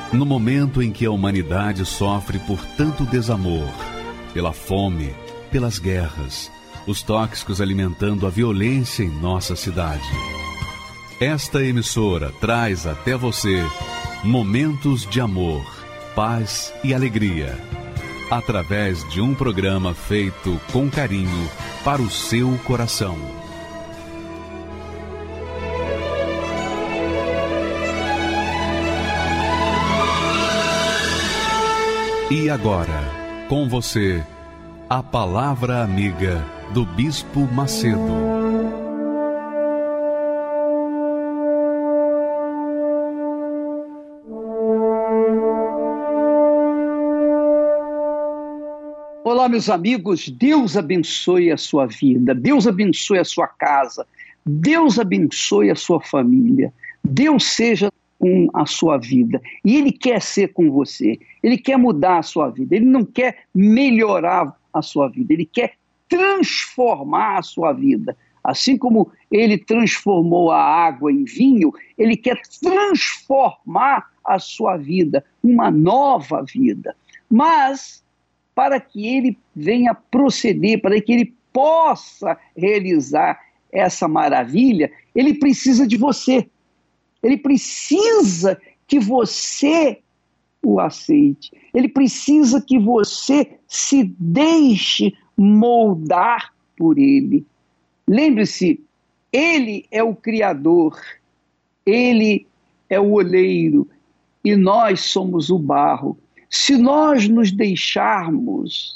No momento em que a humanidade sofre por tanto desamor, pela fome, pelas guerras, os tóxicos alimentando a violência em nossa cidade. Esta emissora traz até você momentos de amor, paz e alegria, através de um programa feito com carinho para o seu coração. E agora, com você, a Palavra Amiga do Bispo Macedo. Olá, meus amigos, Deus abençoe a sua vida, Deus abençoe a sua casa, Deus abençoe a sua família, Deus seja com a sua vida, e Ele quer ser com você, Ele quer mudar a sua vida, Ele não quer melhorar a sua vida, Ele quer transformar a sua vida. Assim como Ele transformou a água em vinho, Ele quer transformar a sua vida, uma nova vida. Mas, para que Ele venha proceder, para que Ele possa realizar essa maravilha, Ele precisa de você. Ele precisa que você o aceite. Ele precisa que você se deixe moldar por Ele. Lembre-se, Ele é o Criador, Ele é o oleiro e nós somos o barro. Se nós nos deixarmos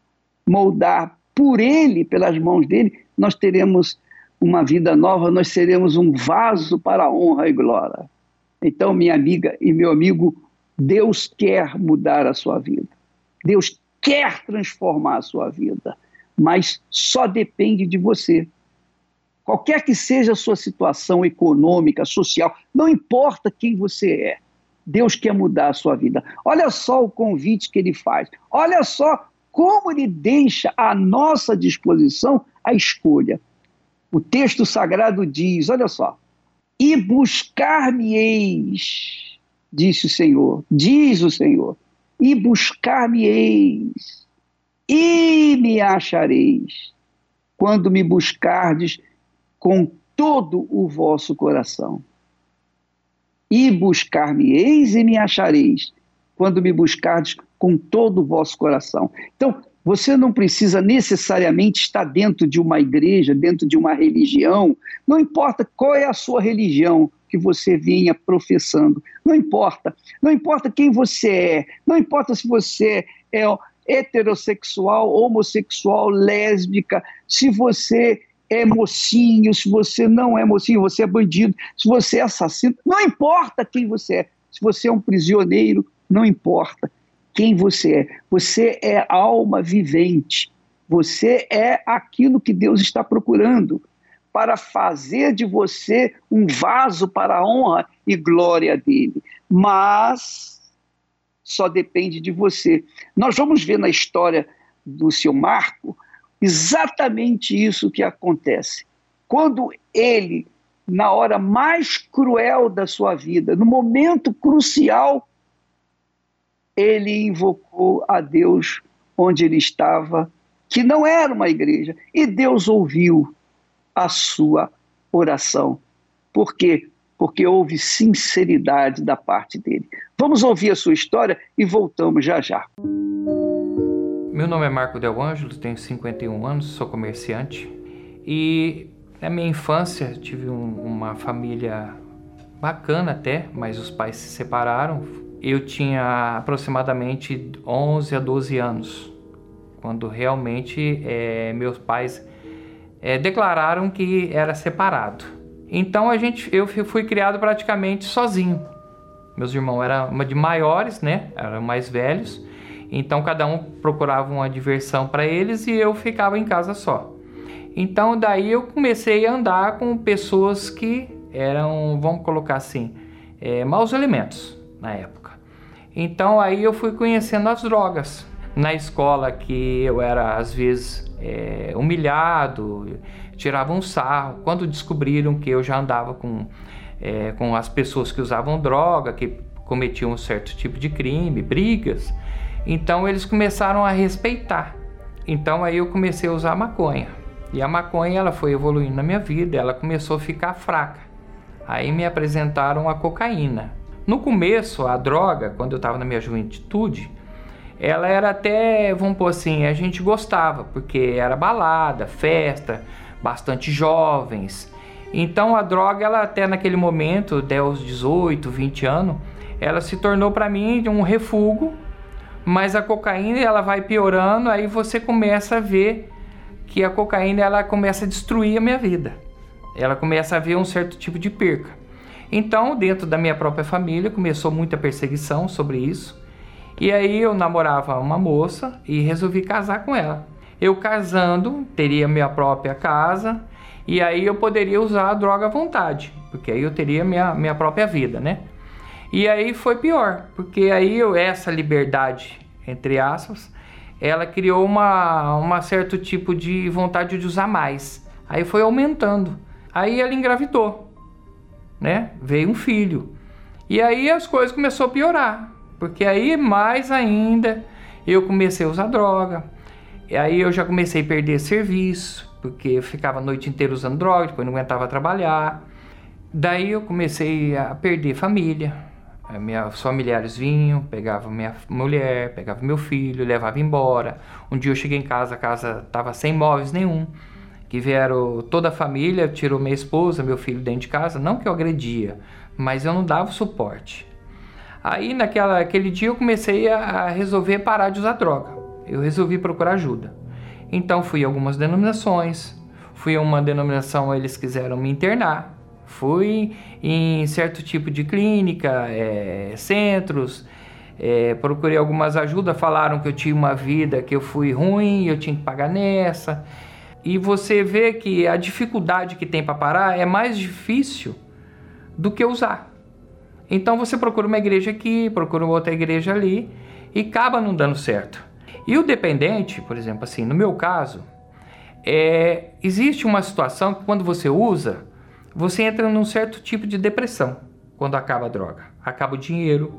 moldar por Ele, pelas mãos dEle, nós teremos uma vida nova, nós seremos um vaso para a honra e glória. Então, minha amiga e meu amigo, Deus quer mudar a sua vida. Deus quer transformar a sua vida, mas só depende de você. Qualquer que seja a sua situação econômica, social, não importa quem você é, Deus quer mudar a sua vida. Olha só o convite que Ele faz. Olha só como Ele deixa à nossa disposição a escolha. O texto sagrado diz, olha só, e buscar-me-eis, diz o Senhor, e buscar-me-eis, e me achareis, quando me buscardes com todo o vosso coração. E buscar-me-eis e me achareis, quando me buscardes com todo o vosso coração. Então, você não precisa necessariamente estar dentro de uma igreja, dentro de uma religião. Não importa qual é a sua religião que você vinha professando. Não importa. Não importa quem você é. Não importa se você é heterossexual, homossexual, lésbica, se você é mocinho, se você não é mocinho, você é bandido, se você é assassino. Não importa quem você é. Se você é um prisioneiro, não importa quem você é alma vivente, você é aquilo que Deus está procurando para fazer de você um vaso para a honra e glória dele, mas só depende de você. Nós vamos ver na história do seu Marco exatamente isso que acontece. Quando ele, na hora mais cruel da sua vida, no momento crucial, ele invocou a Deus onde ele estava, que não era uma igreja, e Deus ouviu a sua oração. Por quê? Porque houve sinceridade da parte dele. Vamos ouvir a sua história e voltamos já já. Meu nome é Marco Del Ângelo, tenho 51 anos, sou comerciante e na minha infância tive uma família bacana até, mas os pais se separaram. Eu tinha aproximadamente 11 a 12 anos, quando realmente meus pais declararam que era separado. Então eu fui criado praticamente sozinho. Meus irmãos eram de maiores, né? Eram mais velhos. Então cada um procurava uma diversão para eles e eu ficava em casa só. Então daí eu comecei a andar com pessoas que eram, vamos colocar assim, maus elementos na época. Então aí eu fui conhecendo as drogas. Na escola que eu era às vezes humilhado, tiravam um sarro. Quando descobriram que eu já andava com as pessoas que usavam droga, que cometiam um certo tipo de crime, brigas. Então eles começaram a respeitar. Então aí eu comecei a usar maconha. E a maconha, ela foi evoluindo na minha vida, ela começou a ficar fraca. Aí me apresentaram a cocaína. No começo, a droga, quando eu estava na minha juventude, ela era até, vamos pôr assim, a gente gostava, porque era balada, festa, bastante jovens. Então a droga, ela até naquele momento, até os 18, 20 anos, ela se tornou para mim um refúgio, mas a cocaína, ela vai piorando, aí você começa a ver que a cocaína, ela começa a destruir a minha vida. Ela começa a ver um certo tipo de perca. Então, dentro da minha própria família, começou muita perseguição sobre isso. E aí eu namorava uma moça e resolvi casar com ela. Eu casando, teria minha própria casa, e aí eu poderia usar a droga à vontade, porque aí eu teria minha própria vida, né? E aí foi pior, porque aí essa liberdade, entre aspas, ela criou uma certo tipo de vontade de usar mais. Aí foi aumentando. Aí ela engravidou, né? Veio um filho. E aí as coisas começaram a piorar, porque aí mais ainda eu comecei a usar droga. E aí eu já comecei a perder serviço, porque eu ficava a noite inteira usando droga, depois não aguentava trabalhar. Daí eu comecei a perder família. Meus familiares vinham, pegavam minha mulher, pegavam meu filho, levavam embora. Um dia eu cheguei em casa, a casa estava sem móveis nenhum. Que vieram toda a família, tirou minha esposa, meu filho dentro de casa. Não que eu agredia, mas eu não dava suporte. Aí naquele dia eu comecei a resolver parar de usar droga. Eu resolvi procurar ajuda. Então fui a algumas denominações. Fui a uma denominação, eles quiseram me internar. Fui em certo tipo de clínica, centros, procurei algumas ajudas, falaram que eu tinha uma vida, que eu fui ruim, eu tinha que pagar nessa. E você vê que a dificuldade que tem para parar é mais difícil do que usar. Então você procura uma igreja aqui, procura outra igreja ali e acaba não dando certo. E o dependente, por exemplo, assim, no meu caso, existe uma situação que quando você usa, você entra num certo tipo de depressão quando acaba a droga. Acaba o dinheiro,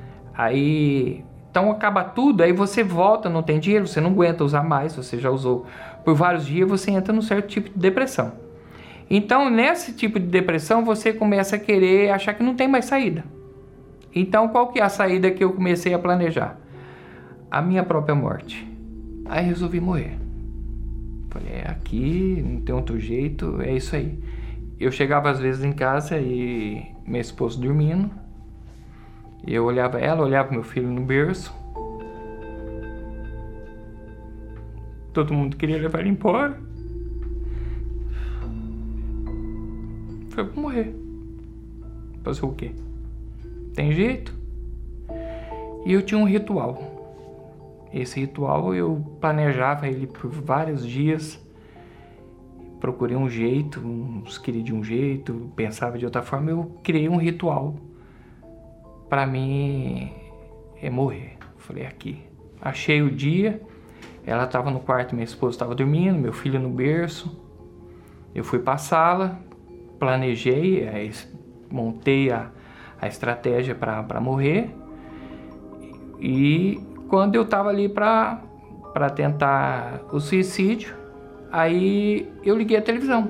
aí então acaba tudo, aí você volta, não tem dinheiro, você não aguenta usar mais, você já usou por vários dias, você entra num certo tipo de depressão. Então nesse tipo de depressão você começa a querer achar que não tem mais saída. Então qual que é a saída que eu comecei a planejar? A minha própria morte. Aí resolvi morrer. Falei, aqui não tem outro jeito, é isso aí. Eu chegava às vezes em casa e minha esposa dormindo, eu olhava ela, olhava meu filho no berço, todo mundo queria levar ele embora. Falei, vou morrer. Fazer o quê? Tem jeito? E eu tinha um ritual. Esse ritual eu planejava ele por vários dias. Procurei um jeito, uns queriam de um jeito, pensava de outra forma, eu criei um ritual para mim morrer. Falei, aqui. Achei o dia, ela estava no quarto, minha esposa estava dormindo, meu filho no berço. Eu fui para a sala, planejei, montei a estratégia para morrer. E quando eu estava ali para tentar o suicídio, aí eu liguei a televisão.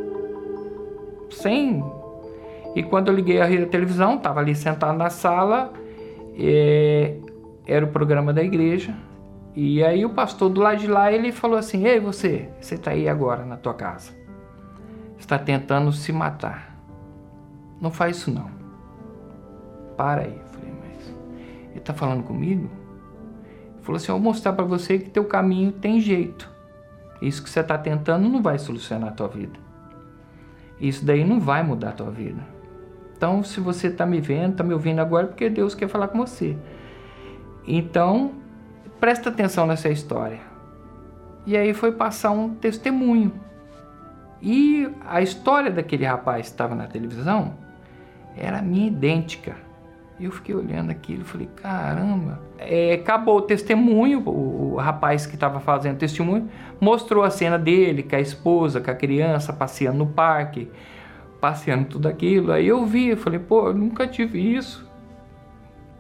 E quando eu liguei a televisão, estava ali sentado na sala, era o programa da igreja. E aí o pastor do lado de lá, ele falou assim, ei, você está aí agora na tua casa. Está tentando se matar. Não faz isso não. Para aí. Eu falei, mas ele está falando comigo? Ele falou assim, eu vou mostrar para você que teu caminho tem jeito. Isso que você está tentando não vai solucionar a tua vida. Isso daí não vai mudar a tua vida. Então, se você está me vendo, está me ouvindo agora, porque Deus quer falar com você. Então, presta atenção nessa história. E aí foi passar um testemunho. E a história daquele rapaz que estava na televisão era a minha idêntica. Eu fiquei olhando aquilo e falei, caramba. Acabou o testemunho, o rapaz que estava fazendo testemunho mostrou a cena dele, com a esposa, com a criança, passeando no parque, passeando tudo aquilo. Aí eu vi, eu falei, pô, eu nunca tive isso.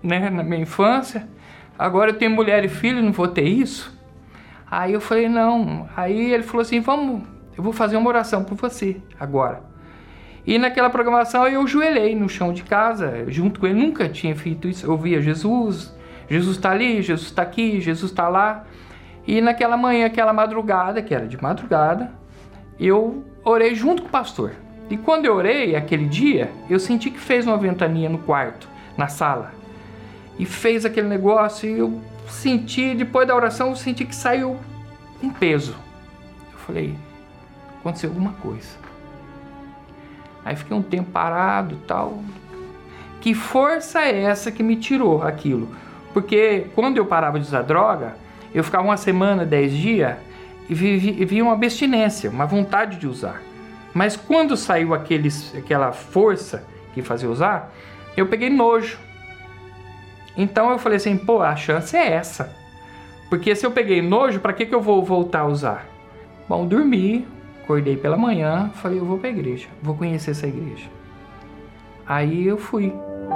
né, na minha infância. Agora eu tenho mulher e filho, não vou ter isso? Aí eu falei, não. Aí ele falou assim, vamos, eu vou fazer uma oração por você agora. E naquela programação eu joelhei no chão de casa, junto com ele, nunca tinha feito isso. Eu via Jesus, Jesus está ali, Jesus está aqui, Jesus está lá. E naquela manhã, aquela madrugada, que era de madrugada, eu orei junto com o pastor. E quando eu orei, aquele dia, eu senti que fez uma ventania no quarto, na sala. E fez aquele negócio e eu senti, depois da oração, eu senti que saiu um peso. Eu falei, aconteceu alguma coisa. Aí fiquei um tempo parado e tal. Que força é essa que me tirou aquilo? Porque quando eu parava de usar droga, eu ficava uma semana, 10 dias e via uma abstinência, uma vontade de usar. Mas quando saiu aquela força que fazia usar, eu peguei nojo. Então eu falei assim, pô, a chance é essa. Porque se eu peguei nojo, para que eu vou voltar a usar? Bom, dormi, acordei pela manhã, falei, eu vou para a igreja, vou conhecer essa igreja. Aí eu fui.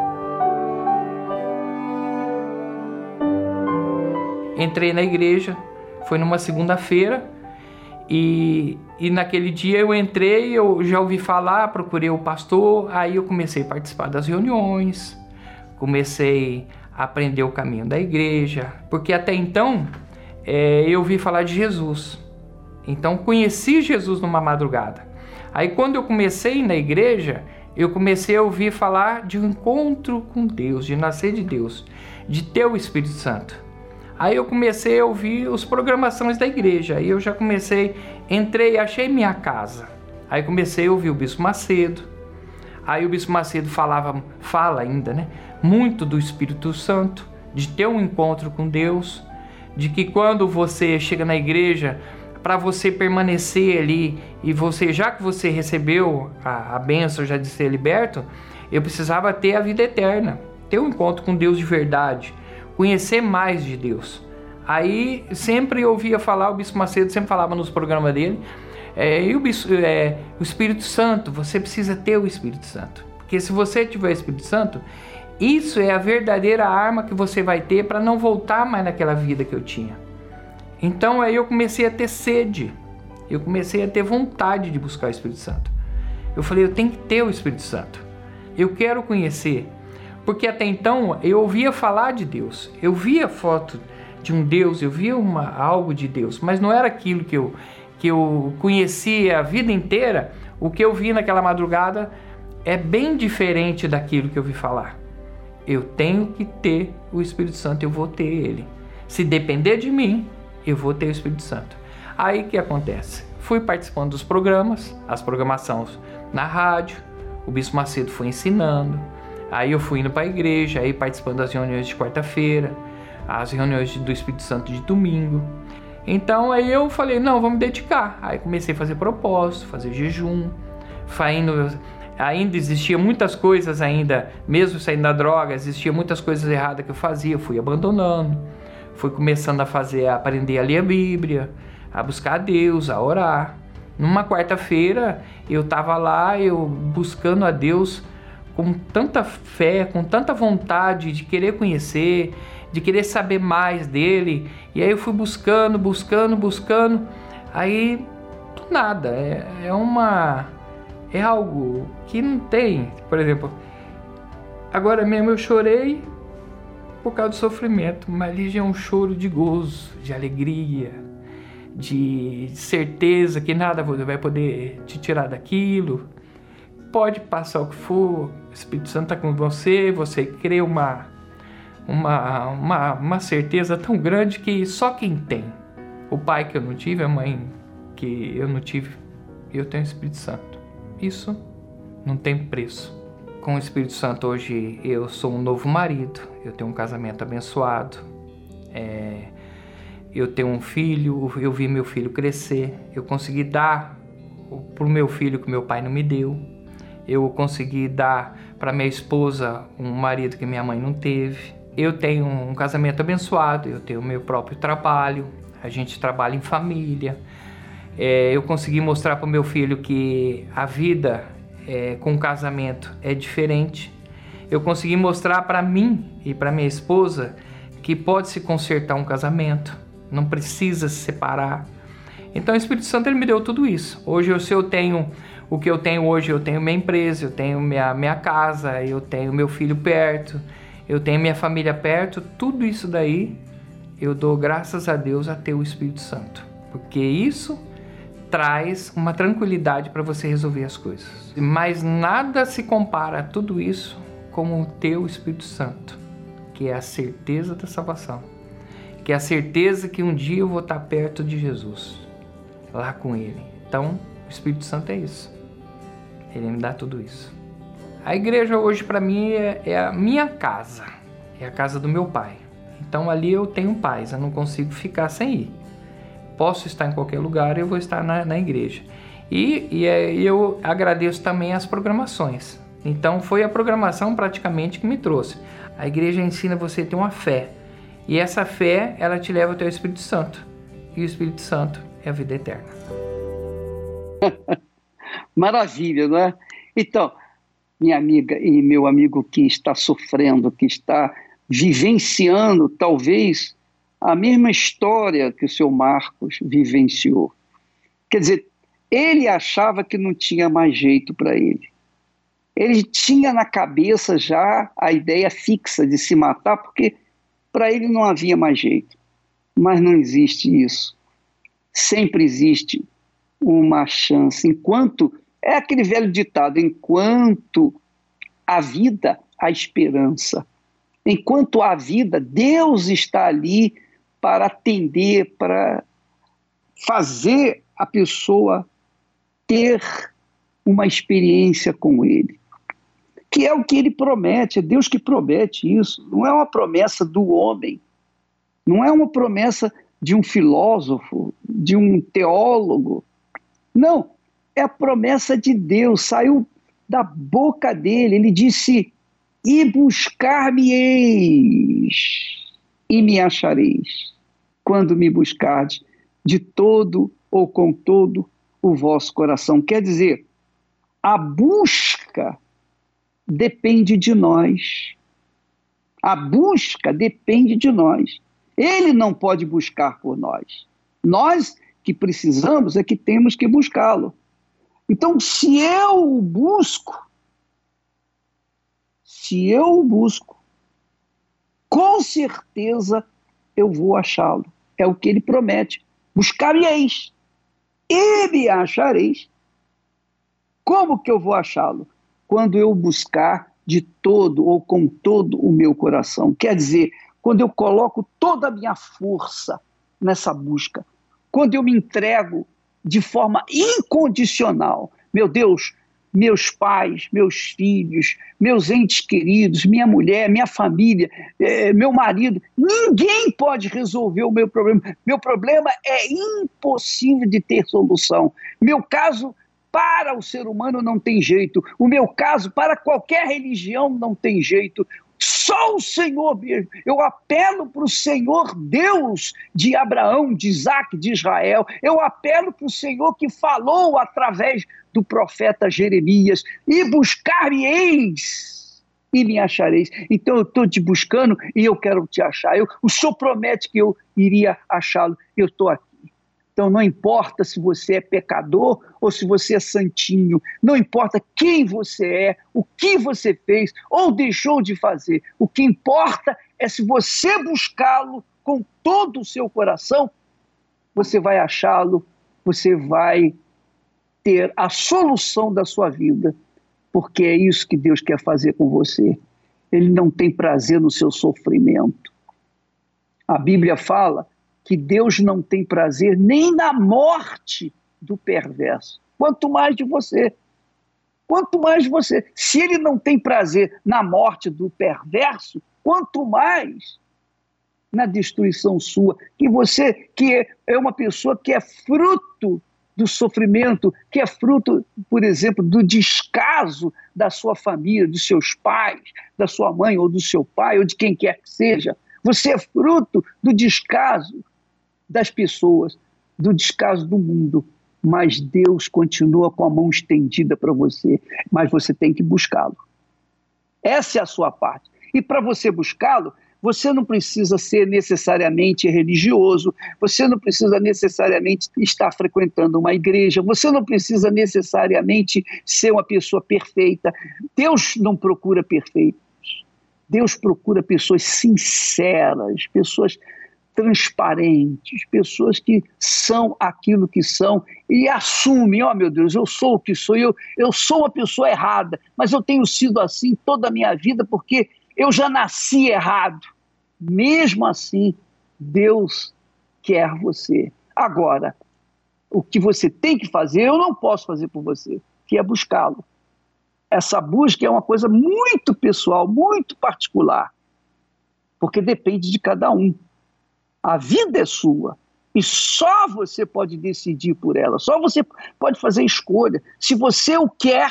Entrei na igreja, foi numa segunda-feira, e naquele dia eu entrei, eu já ouvi falar, procurei o pastor, aí eu comecei a participar das reuniões, comecei a aprender o caminho da igreja, porque até então eu ouvi falar de Jesus. Então conheci Jesus numa madrugada. Aí quando eu comecei na igreja, eu comecei a ouvir falar de um encontro com Deus, de nascer de Deus, de ter o Espírito Santo. Aí eu comecei a ouvir as programações da igreja. Aí eu já entrei, achei minha casa. Aí comecei a ouvir o Bispo Macedo. Aí o Bispo Macedo fala ainda, né? Muito do Espírito Santo, de ter um encontro com Deus, de que quando você chega na igreja, para você permanecer ali, e você, já que você recebeu a bênção já de ser liberto, eu precisava ter a vida eterna, ter um encontro com Deus de verdade, conhecer mais de Deus. Aí sempre eu ouvia falar, o Bispo Macedo sempre falava nos programas dele, o Espírito Santo, você precisa ter o Espírito Santo, porque se você tiver o Espírito Santo, isso é a verdadeira arma que você vai ter para não voltar mais naquela vida que eu tinha. Então aí eu comecei a ter sede, eu comecei a ter vontade de buscar o Espírito Santo. Eu falei, eu tenho que ter o Espírito Santo, eu quero conhecer, porque até então eu ouvia falar de Deus, eu via foto de um Deus, eu via algo de Deus, mas não era aquilo que eu conhecia a vida inteira. O que eu vi naquela madrugada é bem diferente daquilo que eu vi falar. Eu tenho que ter o Espírito Santo, eu vou ter ele. Se depender de mim, eu vou ter o Espírito Santo. Aí o que acontece? Fui participando dos programas, as programações na rádio, o Bispo Macedo foi ensinando, aí eu fui indo para a igreja, aí participando das reuniões de quarta-feira, as reuniões do Espírito Santo de domingo. Então aí eu falei, não, vou me dedicar. Aí comecei a fazer propósito, fazer jejum, ainda existia muitas coisas ainda, mesmo saindo da droga, existia muitas coisas erradas que eu fazia, eu fui abandonando, fui começando a aprender a ler a Bíblia, a buscar a Deus, a orar. Numa quarta-feira eu estava lá, eu buscando a Deus com tanta fé, com tanta vontade de querer conhecer, de querer saber mais dele. E aí eu fui buscando, aí do nada, é algo que não tem. Por exemplo, agora mesmo eu chorei por causa do sofrimento, mas ali já é um choro de gozo, de alegria, de certeza que nada vai poder te tirar daquilo. Pode passar o que for, o Espírito Santo está com você, você crê uma certeza tão grande que só quem tem. O pai que eu não tive, a mãe que eu não tive, eu tenho o Espírito Santo. Isso não tem preço. Com o Espírito Santo hoje eu sou um novo marido, eu tenho um casamento abençoado, eu tenho um filho, eu vi meu filho crescer, eu consegui dar para o meu filho que meu pai não me deu, eu consegui dar para minha esposa um marido que minha mãe não teve. Eu tenho um casamento abençoado, eu tenho o meu próprio trabalho, a gente trabalha em família. Eu consegui mostrar para o meu filho que a vida com o casamento é diferente. eu consegui mostrar para mim e para minha esposa que pode se consertar um casamento, não precisa se separar. Então o Espírito Santo ele me deu tudo isso. Hoje, se eu tenho o que eu tenho hoje, eu tenho minha empresa, eu tenho minha casa, eu tenho meu filho perto, eu tenho minha família perto, tudo isso daí eu dou graças a Deus a ter o Espírito Santo, porque isso traz uma tranquilidade para você resolver as coisas. Mas nada se compara a tudo isso como ter o Espírito Santo, que é a certeza da salvação, que é a certeza que um dia eu vou estar perto de Jesus, lá com Ele. Então, o Espírito Santo é isso. Ele me dá tudo isso. A igreja hoje para mim é a minha casa, é a casa do meu pai. Então ali eu tenho paz, eu não consigo ficar sem ir. Posso estar em qualquer lugar, eu vou estar na igreja. E eu agradeço também as programações. Então foi a programação praticamente que me trouxe. A igreja ensina você a ter uma fé. E essa fé, ela te leva até o Espírito Santo. E o Espírito Santo é a vida eterna. Maravilha, não é? Então, minha amiga e meu amigo que está sofrendo, que está vivenciando talvez a mesma história que o seu Marcos vivenciou. Quer dizer, ele achava que não tinha mais jeito para ele. Ele tinha na cabeça já a ideia fixa de se matar, porque para ele não havia mais jeito. Mas não existe isso. Sempre existe uma chance. Enquanto, é aquele velho ditado, enquanto há vida, há esperança. Enquanto há vida, Deus está ali para atender, para fazer a pessoa ter uma experiência com Ele. Que é o que Ele promete, é Deus que promete isso. Não é uma promessa do homem, não é uma promessa de um filósofo, de um teólogo. Não, é a promessa de Deus, saiu da boca dele. Ele disse: e buscar-me-eis, e me achareis, quando me buscardes de todo ou com todo o vosso coração. Quer dizer, a busca depende de nós. A busca depende de nós. Ele não pode buscar por nós. Nós que precisamos é que temos que buscá-lo. Então, se eu o busco, com certeza eu vou achá-lo. É o que ele promete. Buscar-me-eis e me achareis. Como que eu vou achá-lo? Quando eu buscar de todo ou com todo o meu coração. Quer dizer, quando eu coloco toda a minha força nessa busca. Quando eu me entrego de forma incondicional. Meu Deus, meus pais, meus filhos, meus entes queridos, minha mulher, minha família, meu marido, ninguém pode resolver o meu problema. Meu problema é impossível de ter solução. Meu caso, para o ser humano, não tem jeito. O meu caso, para qualquer religião, não tem jeito. Só o Senhor mesmo. Eu apelo para o Senhor Deus de Abraão, de Isaac, de Israel. Eu apelo para o Senhor que falou através do profeta Jeremias: e buscar-me-eis e me achareis. Então eu estou te buscando e eu quero te achar. O Senhor promete que eu iria achá-lo. Eu estou aqui. Então não importa se você é pecador ou se você é santinho, não importa quem você é, o que você fez ou deixou de fazer. O que importa é se você buscá-lo com todo o seu coração, você vai achá-lo, você vai ter a solução da sua vida, porque é isso que Deus quer fazer com você. Ele não tem prazer no seu sofrimento. A Bíblia fala que Deus não tem prazer nem na morte do perverso, quanto mais de você. Quanto mais de você. Se ele não tem prazer na morte do perverso, quanto mais na destruição sua. Que você, que é uma pessoa que é fruto do sofrimento, que é fruto, por exemplo, do descaso da sua família, dos seus pais, da sua mãe ou do seu pai, ou de quem quer que seja. Você é fruto do descaso das pessoas, do descaso do mundo, mas Deus continua com a mão estendida para você, mas você tem que buscá-lo. Essa é a sua parte. E para você buscá-lo, você não precisa ser necessariamente religioso, você não precisa necessariamente estar frequentando uma igreja, você não precisa necessariamente ser uma pessoa perfeita. Deus não procura perfeitos. Deus procura pessoas sinceras, pessoas transparentes, pessoas que são aquilo que são e assumem, meu Deus, eu sou o que sou, eu sou uma pessoa errada, mas eu tenho sido assim toda a minha vida porque eu já nasci errado. Mesmo assim, Deus quer você. Agora, o que você tem que fazer, eu não posso fazer por você, que é buscá-lo. Essa busca é uma coisa muito pessoal, muito particular, porque depende de cada um. A vida é sua e só você pode decidir por ela, só você pode fazer escolha. Se você o quer,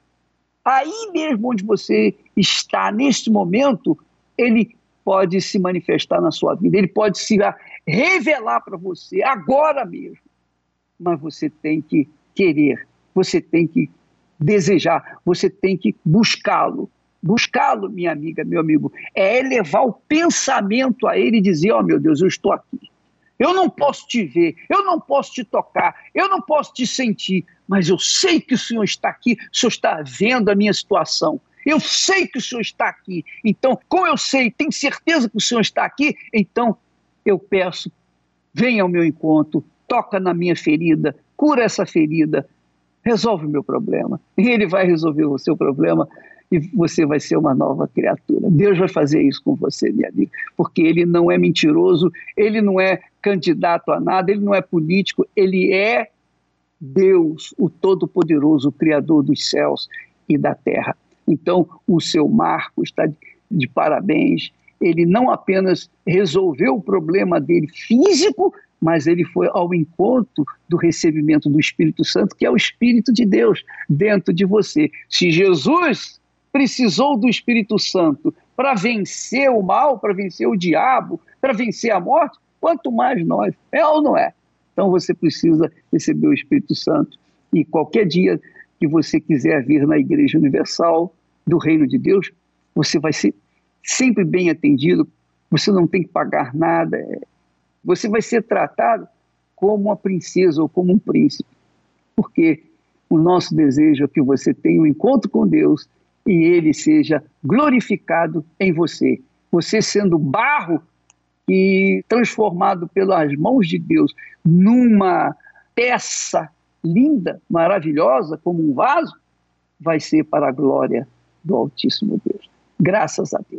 aí mesmo onde você está neste momento, ele pode se manifestar na sua vida, ele pode se revelar para você agora mesmo. Mas você tem que querer, você tem que desejar, você tem que buscá-lo. Buscá-lo, minha amiga, meu amigo, é elevar o pensamento a ele e dizer, meu Deus, eu estou aqui. Eu não posso te ver, eu não posso te tocar, eu não posso te sentir, mas eu sei que o Senhor está aqui, o Senhor está vendo a minha situação. Eu sei que o Senhor está aqui. Então, como eu sei, tenho certeza que o Senhor está aqui, então eu peço, venha ao meu encontro, toca na minha ferida, cura essa ferida, resolve o meu problema. E ele vai resolver o seu problema e você vai ser uma nova criatura. Deus vai fazer isso com você, minha amiga, porque ele não é mentiroso, ele não é candidato a nada, ele não é político, ele é Deus, o Todo-Poderoso, o Criador dos céus e da terra. Então, o seu Marco está de parabéns. Ele não apenas resolveu o problema dele físico, mas ele foi ao encontro do recebimento do Espírito Santo, que é o Espírito de Deus dentro de você. Se Jesus precisou do Espírito Santo para vencer o mal, para vencer o diabo, para vencer a morte, quanto mais nós, é ou não é? Então você precisa receber o Espírito Santo e qualquer dia que você quiser vir na Igreja Universal do Reino de Deus, você vai ser sempre bem atendido, você não tem que pagar nada, você vai ser tratado como uma princesa ou como um príncipe, porque o nosso desejo é que você tenha um encontro com Deus e Ele seja glorificado em você. Você sendo barro e transformado pelas mãos de Deus numa peça linda, maravilhosa, como um vaso, vai ser para a glória do Altíssimo Deus. Graças a Deus.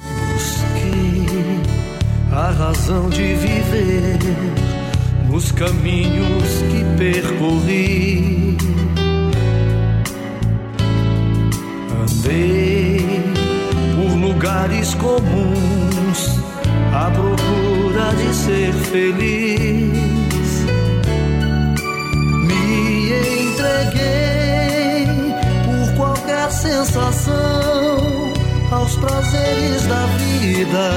Busquei a razão de viver nos caminhos que percorri. Andei por lugares comuns à procura de ser feliz. Me entreguei por qualquer sensação aos prazeres da vida.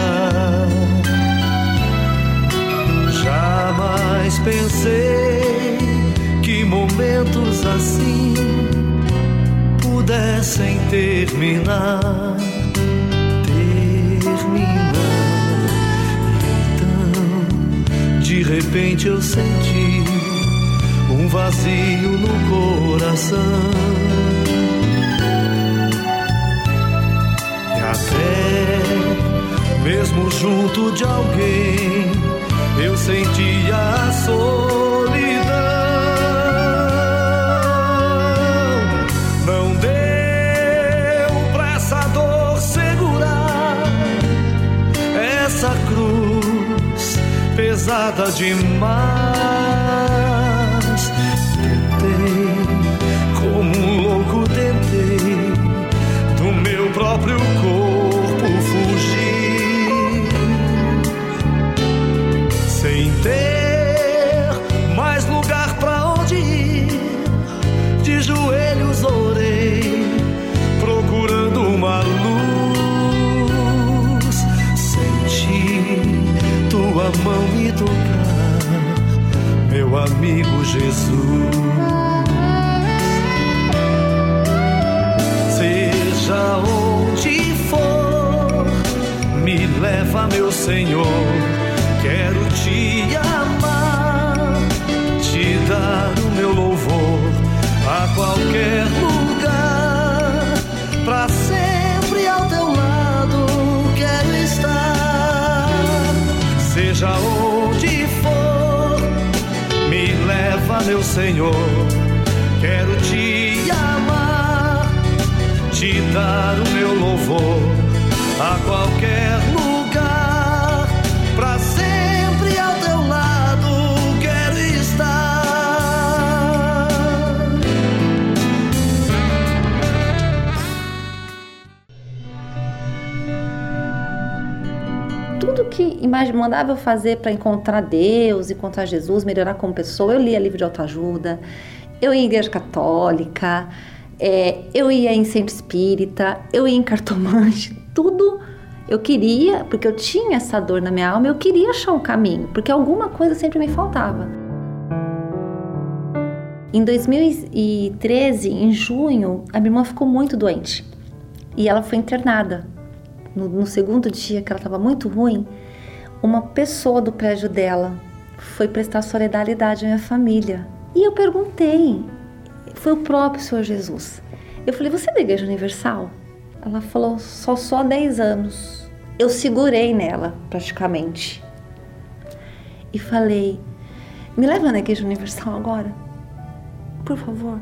Jamais pensei que momentos assim pudessem terminar. Então, de repente eu senti um vazio no coração. E até mesmo junto de alguém eu sentia a solidão. Não deu pra essa dor segurar essa cruz pesada demais. Tentei, como um louco tentei, do meu próprio corpo fugir, sem ter mais lugar pra onde ir. De joelhos orei, procurando uma luz. Senti tua mão me tocar Senhor, quero te amar, te dar o meu louvor a qualquer lugar, pra sempre ao teu lado quero estar. Seja onde for, me leva, meu Senhor, quero te amar, te dar o meu louvor a qualquer lugar, pra sempre ao teu lado quero estar. Tudo que mandava eu fazer para encontrar Deus, encontrar Jesus, melhorar como pessoa, eu lia livro de autoajuda, eu ia em igreja católica, eu ia em centro espírita, eu ia em cartomante, tudo eu queria, porque eu tinha essa dor na minha alma, eu queria achar um caminho, porque alguma coisa sempre me faltava. Em 2013, em junho, a minha irmã ficou muito doente e ela foi internada. No segundo dia que ela estava muito ruim, uma pessoa do prédio dela foi prestar solidariedade à minha família. E eu perguntei, foi o próprio Senhor Jesus. Eu falei, você é da Igreja Universal? Ela falou, só há 10 anos. Eu segurei nela, praticamente. E falei, me leva na Igreja Universal agora? Por favor.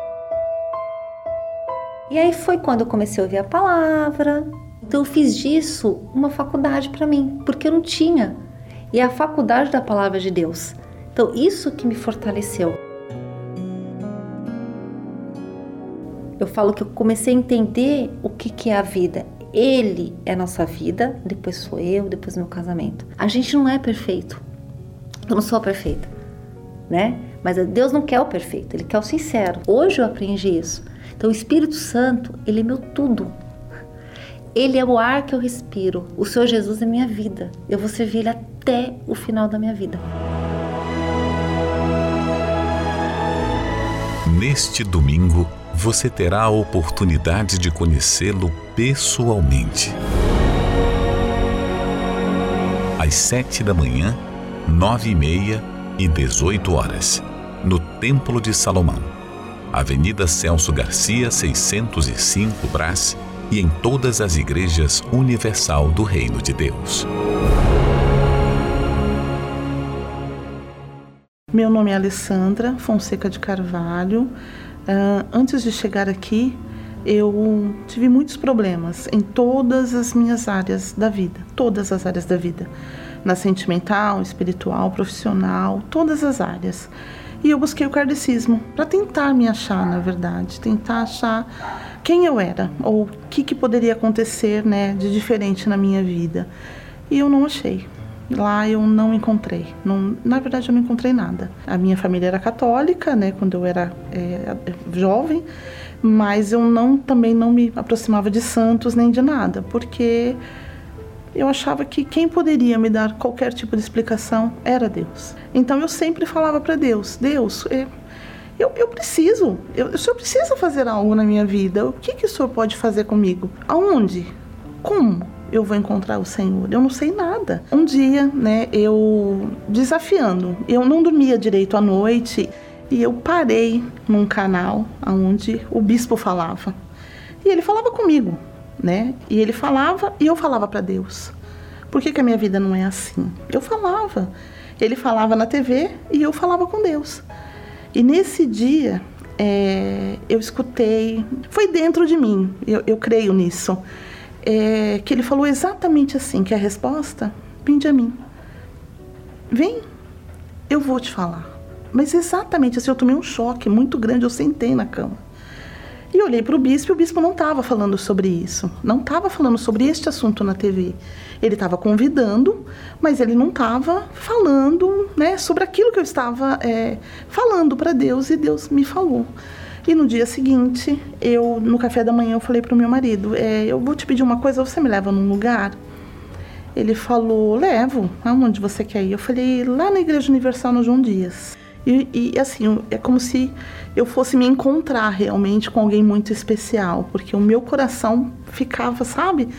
E aí foi quando eu comecei a ouvir a palavra. Então eu fiz disso uma faculdade para mim, porque eu não tinha. E é a faculdade da palavra de Deus. Então isso que me fortaleceu. Eu falo que eu comecei a entender o que é a vida. Ele é a nossa vida, depois sou eu, depois meu casamento. A gente não é perfeito. Eu não sou perfeita, né? Mas Deus não quer o perfeito, Ele quer o sincero. Hoje eu aprendi isso. Então o Espírito Santo, Ele é meu tudo. Ele é o ar que eu respiro. O Senhor Jesus é minha vida. Eu vou servir Ele até o final da minha vida. Neste domingo, você terá a oportunidade de conhecê-lo pessoalmente. Às 7 da manhã, 9h30 e 18 horas, no Templo de Salomão, Avenida Celso Garcia, 605 Brás, e em todas as igrejas Universal do Reino de Deus. Meu nome é Alessandra Fonseca de Carvalho. Antes de chegar aqui, eu tive muitos problemas em todas as minhas áreas da vida, todas as áreas da vida, na sentimental, espiritual, profissional, todas as áreas. E eu busquei o kardecismo para tentar me achar, na verdade, tentar achar quem eu era, ou o que poderia acontecer, né, de diferente na minha vida. E eu não achei. Lá eu não encontrei. Na verdade, eu não encontrei nada. A minha família era católica, né, quando eu era jovem, mas eu também não me aproximava de santos nem de nada, porque eu achava que quem poderia me dar qualquer tipo de explicação era Deus. Então eu sempre falava para Deus, eu preciso, o Senhor precisa fazer algo na minha vida. O que o Senhor pode fazer comigo? Aonde? Como eu vou encontrar o Senhor? Eu não sei nada. Um dia, né, eu desafiando, eu não dormia direito à noite e eu parei num canal onde o bispo falava. E ele falava comigo, né? E ele falava e eu falava para Deus. Por que a minha vida não é assim? Eu falava. Ele falava na TV e eu falava com Deus. E nesse dia, eu escutei, foi dentro de mim, eu creio nisso, que ele falou exatamente assim, que a resposta, vinde a mim. Vem, eu vou te falar. Mas exatamente assim, eu tomei um choque muito grande, eu sentei na cama. E olhei para o bispo e o bispo não estava falando sobre isso, não estava falando sobre este assunto na TV. Ele estava convidando, mas ele não estava falando, né, sobre aquilo que eu estava falando para Deus, e Deus me falou. E no dia seguinte, no café da manhã, eu falei para o meu marido, eu vou te pedir uma coisa, você me leva num lugar? Ele falou, levo, aonde você quer ir? Eu falei, lá na Igreja Universal, no João Dias. E assim, é como se eu fosse me encontrar realmente com alguém muito especial, porque o meu coração ficava, sabe,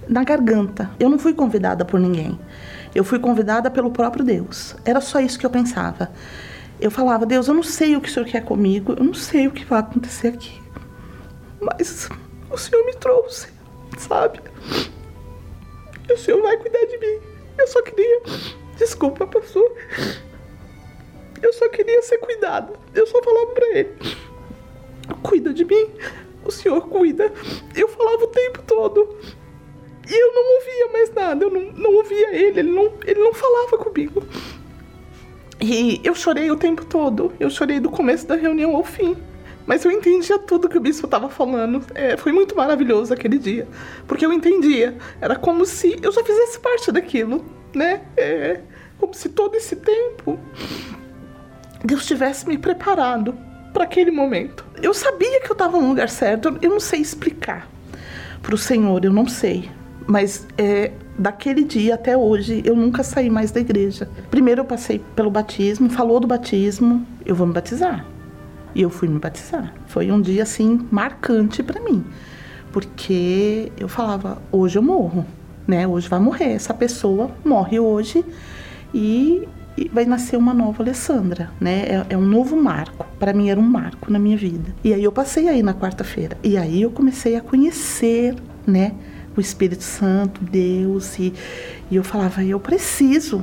na garganta. Eu não fui convidada por ninguém. Eu fui convidada pelo próprio Deus. Era só isso que eu pensava. Eu falava: Deus, eu não sei o que o Senhor quer comigo, eu não sei o que vai acontecer aqui, mas o Senhor me trouxe, sabe? E o Senhor vai cuidar de mim. Eu só queria... Desculpa, pastor. Eu só queria ser cuidada. Eu só falava pra ele: cuida de mim, o Senhor cuida. Eu falava o tempo todo. E eu não ouvia mais nada, eu não ouvia ele não falava comigo. E eu chorei o tempo todo, eu chorei do começo da reunião ao fim. Mas eu entendia tudo que o bispo estava falando. Foi muito maravilhoso aquele dia, porque eu entendia. Era como se eu já fizesse parte daquilo, né? Como se todo esse tempo Deus tivesse me preparado para aquele momento. Eu sabia que eu estava no lugar certo, eu não sei explicar para o Senhor, eu não sei. Mas daquele dia até hoje, eu nunca saí mais da igreja. Primeiro eu passei pelo batismo, falou do batismo, eu vou me batizar. E eu fui me batizar. Foi um dia, assim, marcante para mim. Porque eu falava: hoje eu morro, né? Hoje vai morrer. Essa pessoa morre hoje e vai nascer uma nova Alessandra, né? É um novo marco. Para mim era um marco na minha vida. E aí eu passei aí na quarta-feira. E aí eu comecei a conhecer, né, o Espírito Santo, Deus, e eu falava: eu preciso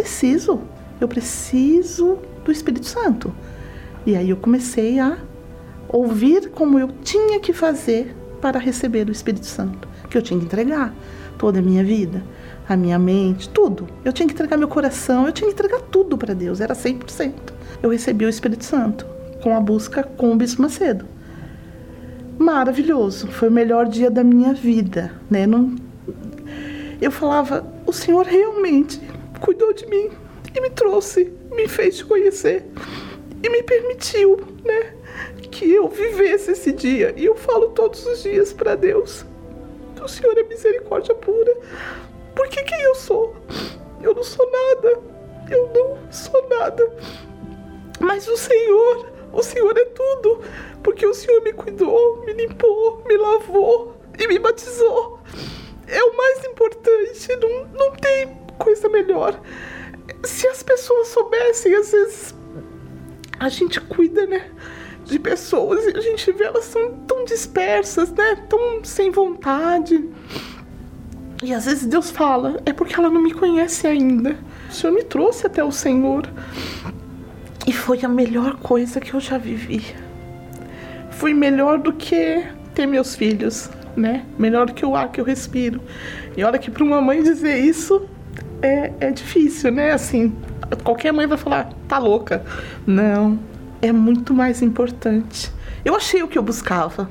do Espírito Santo. E aí eu comecei a ouvir como eu tinha que fazer para receber o Espírito Santo, que eu tinha que entregar toda a minha vida, a minha mente, tudo. Eu tinha que entregar meu coração, eu tinha que entregar tudo para Deus, era 100%. Eu recebi o Espírito Santo com a busca com o Bispo Macedo. Maravilhoso, foi o melhor dia da minha vida, né? Eu falava: o Senhor realmente cuidou de mim e me trouxe, me fez te conhecer e me permitiu, né, que eu vivesse esse dia. E eu falo todos os dias para Deus: o Senhor é misericórdia pura. Porque quem eu sou? Eu não sou nada, eu não sou nada. Mas o Senhor é tudo, porque o Senhor me cuidou, me limpou, me lavou e me batizou. É o mais importante, não tem coisa melhor. Se as pessoas soubessem, às vezes a gente cuida, né, de pessoas e a gente vê elas são tão dispersas, né, tão sem vontade. E às vezes Deus fala: é porque ela não me conhece ainda. O Senhor me trouxe até o Senhor. E foi a melhor coisa que eu já vivi. Foi melhor do que ter meus filhos, né? Melhor do que o ar que eu respiro. E olha que para uma mãe dizer isso é difícil, né? Assim, qualquer mãe vai falar: tá louca. Não, é muito mais importante. Eu achei o que eu buscava.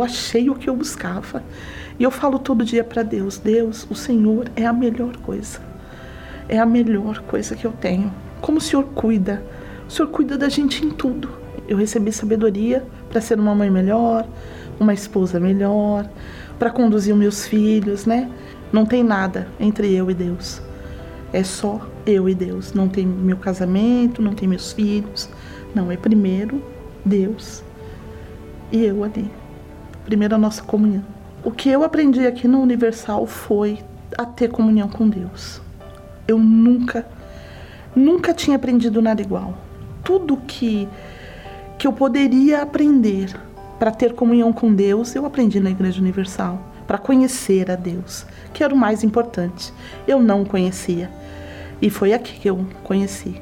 E eu falo todo dia para Deus: Deus, o Senhor é a melhor coisa. É a melhor coisa que eu tenho. Como o Senhor cuida. O Senhor cuida da gente em tudo. Eu recebi sabedoria para ser uma mãe melhor, uma esposa melhor, para conduzir os meus filhos, né? Não tem nada entre eu e Deus. É só eu e Deus. Não tem meu casamento, não tem meus filhos. Não, é primeiro Deus e eu ali. Primeiro a nossa comunhão. O que eu aprendi aqui no Universal foi a ter comunhão com Deus. Eu nunca tinha aprendido nada igual. Tudo que eu poderia aprender para ter comunhão com Deus, eu aprendi na Igreja Universal. Para conhecer a Deus, que era o mais importante. Eu não conhecia. E foi aqui que eu conheci.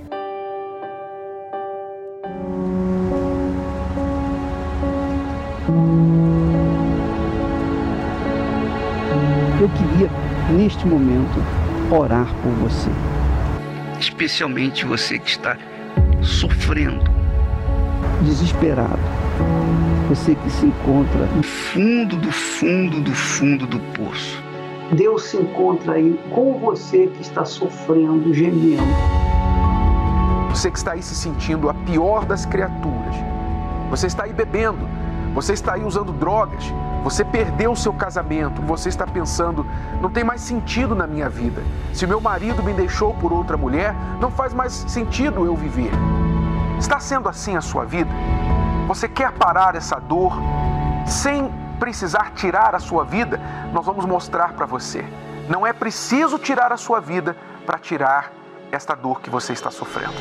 Eu queria, neste momento, orar por você. Especialmente você que está sofrendo, desesperado. Você que se encontra no fundo do poço. Deus se encontra aí com você que está sofrendo, gemendo. Você que está aí se sentindo a pior das criaturas. Você está aí bebendo. Você está aí usando drogas. Você perdeu o seu casamento. Você está pensando: não tem mais sentido na minha vida. Se meu marido me deixou por outra mulher, não faz mais sentido eu viver. Está sendo assim a sua vida? Você quer parar essa dor sem precisar tirar a sua vida, nós vamos mostrar para você. Não é preciso tirar a sua vida para tirar esta dor que você está sofrendo.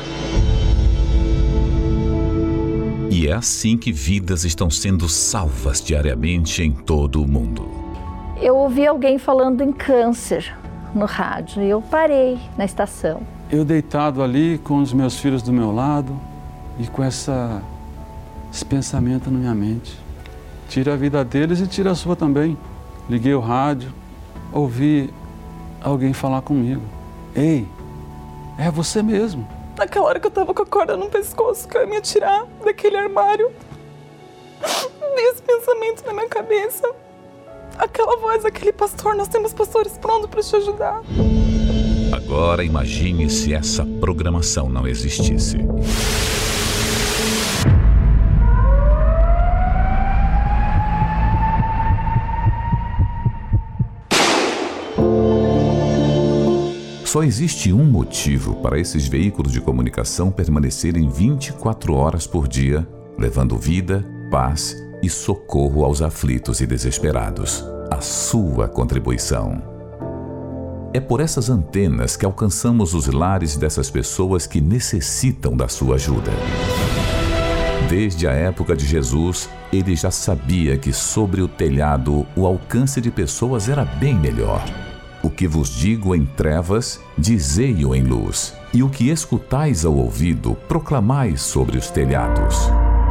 E é assim que vidas estão sendo salvas diariamente em todo o mundo. Eu ouvi alguém falando em câncer no rádio e eu parei na estação. Eu deitado ali com os meus filhos do meu lado e com esse pensamento na minha mente. Tira a vida deles e tira a sua também. Liguei o rádio, ouvi alguém falar comigo. Ei, é você mesmo. Naquela hora que eu tava com a corda no pescoço, que eu ia me tirar daquele armário, desse pensamento na minha cabeça, aquela voz, aquele pastor, nós temos pastores prontos para te ajudar. Agora imagine se essa programação não existisse. Só existe um motivo para esses veículos de comunicação permanecerem 24 horas por dia, levando vida, paz e socorro aos aflitos e desesperados. A sua contribuição. É por essas antenas que alcançamos os lares dessas pessoas que necessitam da sua ajuda. Desde a época de Jesus, ele já sabia que sobre o telhado o alcance de pessoas era bem melhor. O que vos digo em trevas, dizei-o em luz, e o que escutais ao ouvido, proclamai sobre os telhados.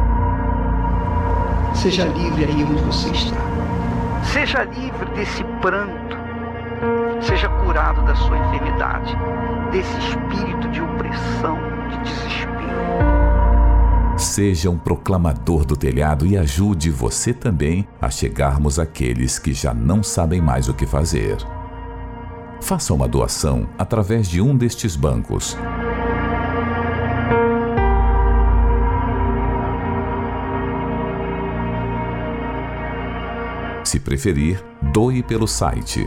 Seja livre aí onde você está. Seja livre desse pranto. Seja curado da sua enfermidade, desse espírito de opressão, de desespero. Seja um proclamador do telhado e ajude você também a chegarmos àqueles que já não sabem mais o que fazer. Faça uma doação através de um destes bancos. Se preferir, doe pelo site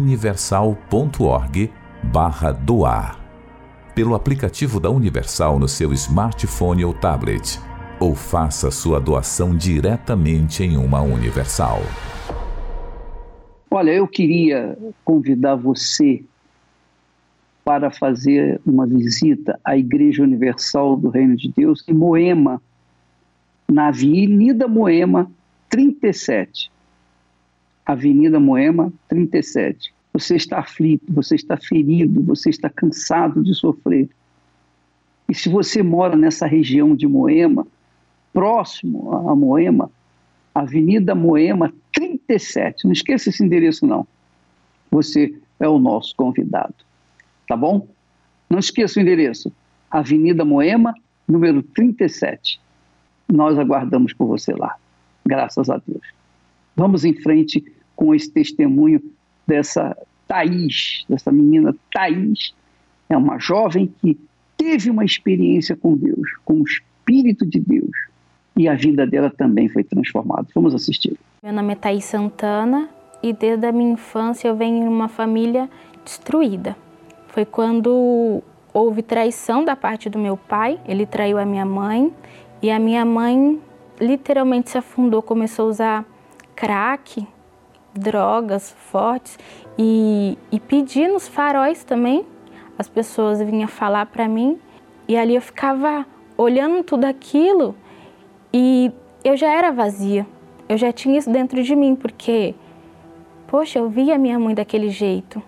universal.org/doar, pelo aplicativo da Universal no seu smartphone ou tablet, ou faça sua doação diretamente em uma Universal. Olha, eu queria convidar você para fazer uma visita à Igreja Universal do Reino de Deus em Moema, na Avenida Moema 37. Avenida Moema 37. Você está aflito, você está ferido, você está cansado de sofrer. E se você mora nessa região de Moema, próximo a Moema, Avenida Moema 37. Não esqueça esse endereço, não. Você é o nosso convidado. Tá bom? Não esqueça o endereço. Avenida Moema, número 37. Nós aguardamos por você lá. Graças a Deus. Vamos em frente com esse testemunho dessa Thaís, dessa menina Thaís. É uma jovem que teve uma experiência com Deus, com o Espírito de Deus. E a vida dela também foi transformada. Vamos assistir. Meu nome é Thaís Santana e desde a minha infância eu venho em uma família destruída. Foi quando houve traição da parte do meu pai, ele traiu a minha mãe e a minha mãe literalmente se afundou, começou a usar crack, drogas fortes e pedir nos faróis também. As pessoas vinham falar para mim e ali eu ficava olhando tudo aquilo e eu já era vazia. Eu já tinha isso dentro de mim, porque, poxa, eu via minha mãe daquele jeito.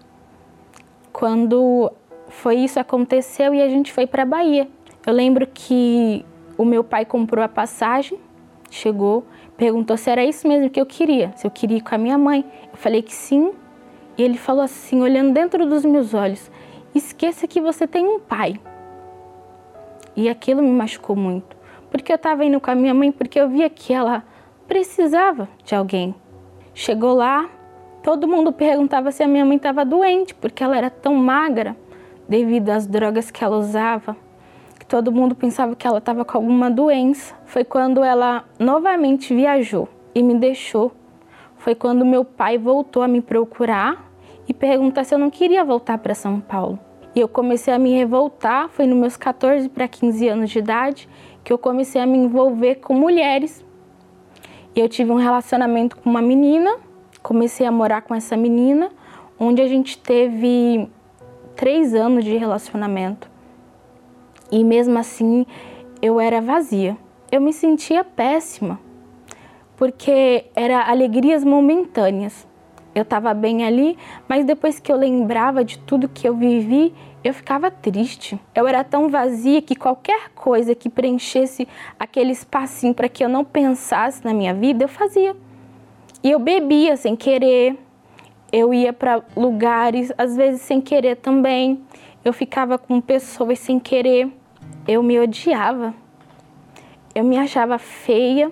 Quando foi isso, aconteceu e a gente foi para a Bahia. Eu lembro que o meu pai comprou a passagem, chegou, perguntou se era isso mesmo que eu queria, se eu queria ir com a minha mãe. Eu falei que sim, e ele falou assim, olhando dentro dos meus olhos, esqueça que você tem um pai. E aquilo me machucou muito, porque eu estava indo com a minha mãe, porque eu via que ela precisava de alguém. Chegou lá, todo mundo perguntava se a minha mãe estava doente, porque ela era tão magra, devido às drogas que ela usava, que todo mundo pensava que ela estava com alguma doença. Foi quando ela novamente viajou e me deixou. Foi quando meu pai voltou a me procurar e perguntar se eu não queria voltar para São Paulo. E eu comecei a me revoltar, foi nos meus 14 para 15 anos de idade, que eu comecei a me envolver com mulheres. E eu tive um relacionamento com uma menina, comecei a morar com essa menina, onde a gente teve 3 anos de relacionamento. E mesmo assim, eu era vazia. Eu me sentia péssima, porque eram alegrias momentâneas. Eu estava bem ali, mas depois que eu lembrava de tudo que eu vivi, eu ficava triste. Eu era tão vazia que qualquer coisa que preenchesse aquele espacinho para que eu não pensasse na minha vida, eu fazia. E eu bebia sem querer, eu ia para lugares, às vezes sem querer também. Eu ficava com pessoas sem querer. Eu me odiava. Eu me achava feia.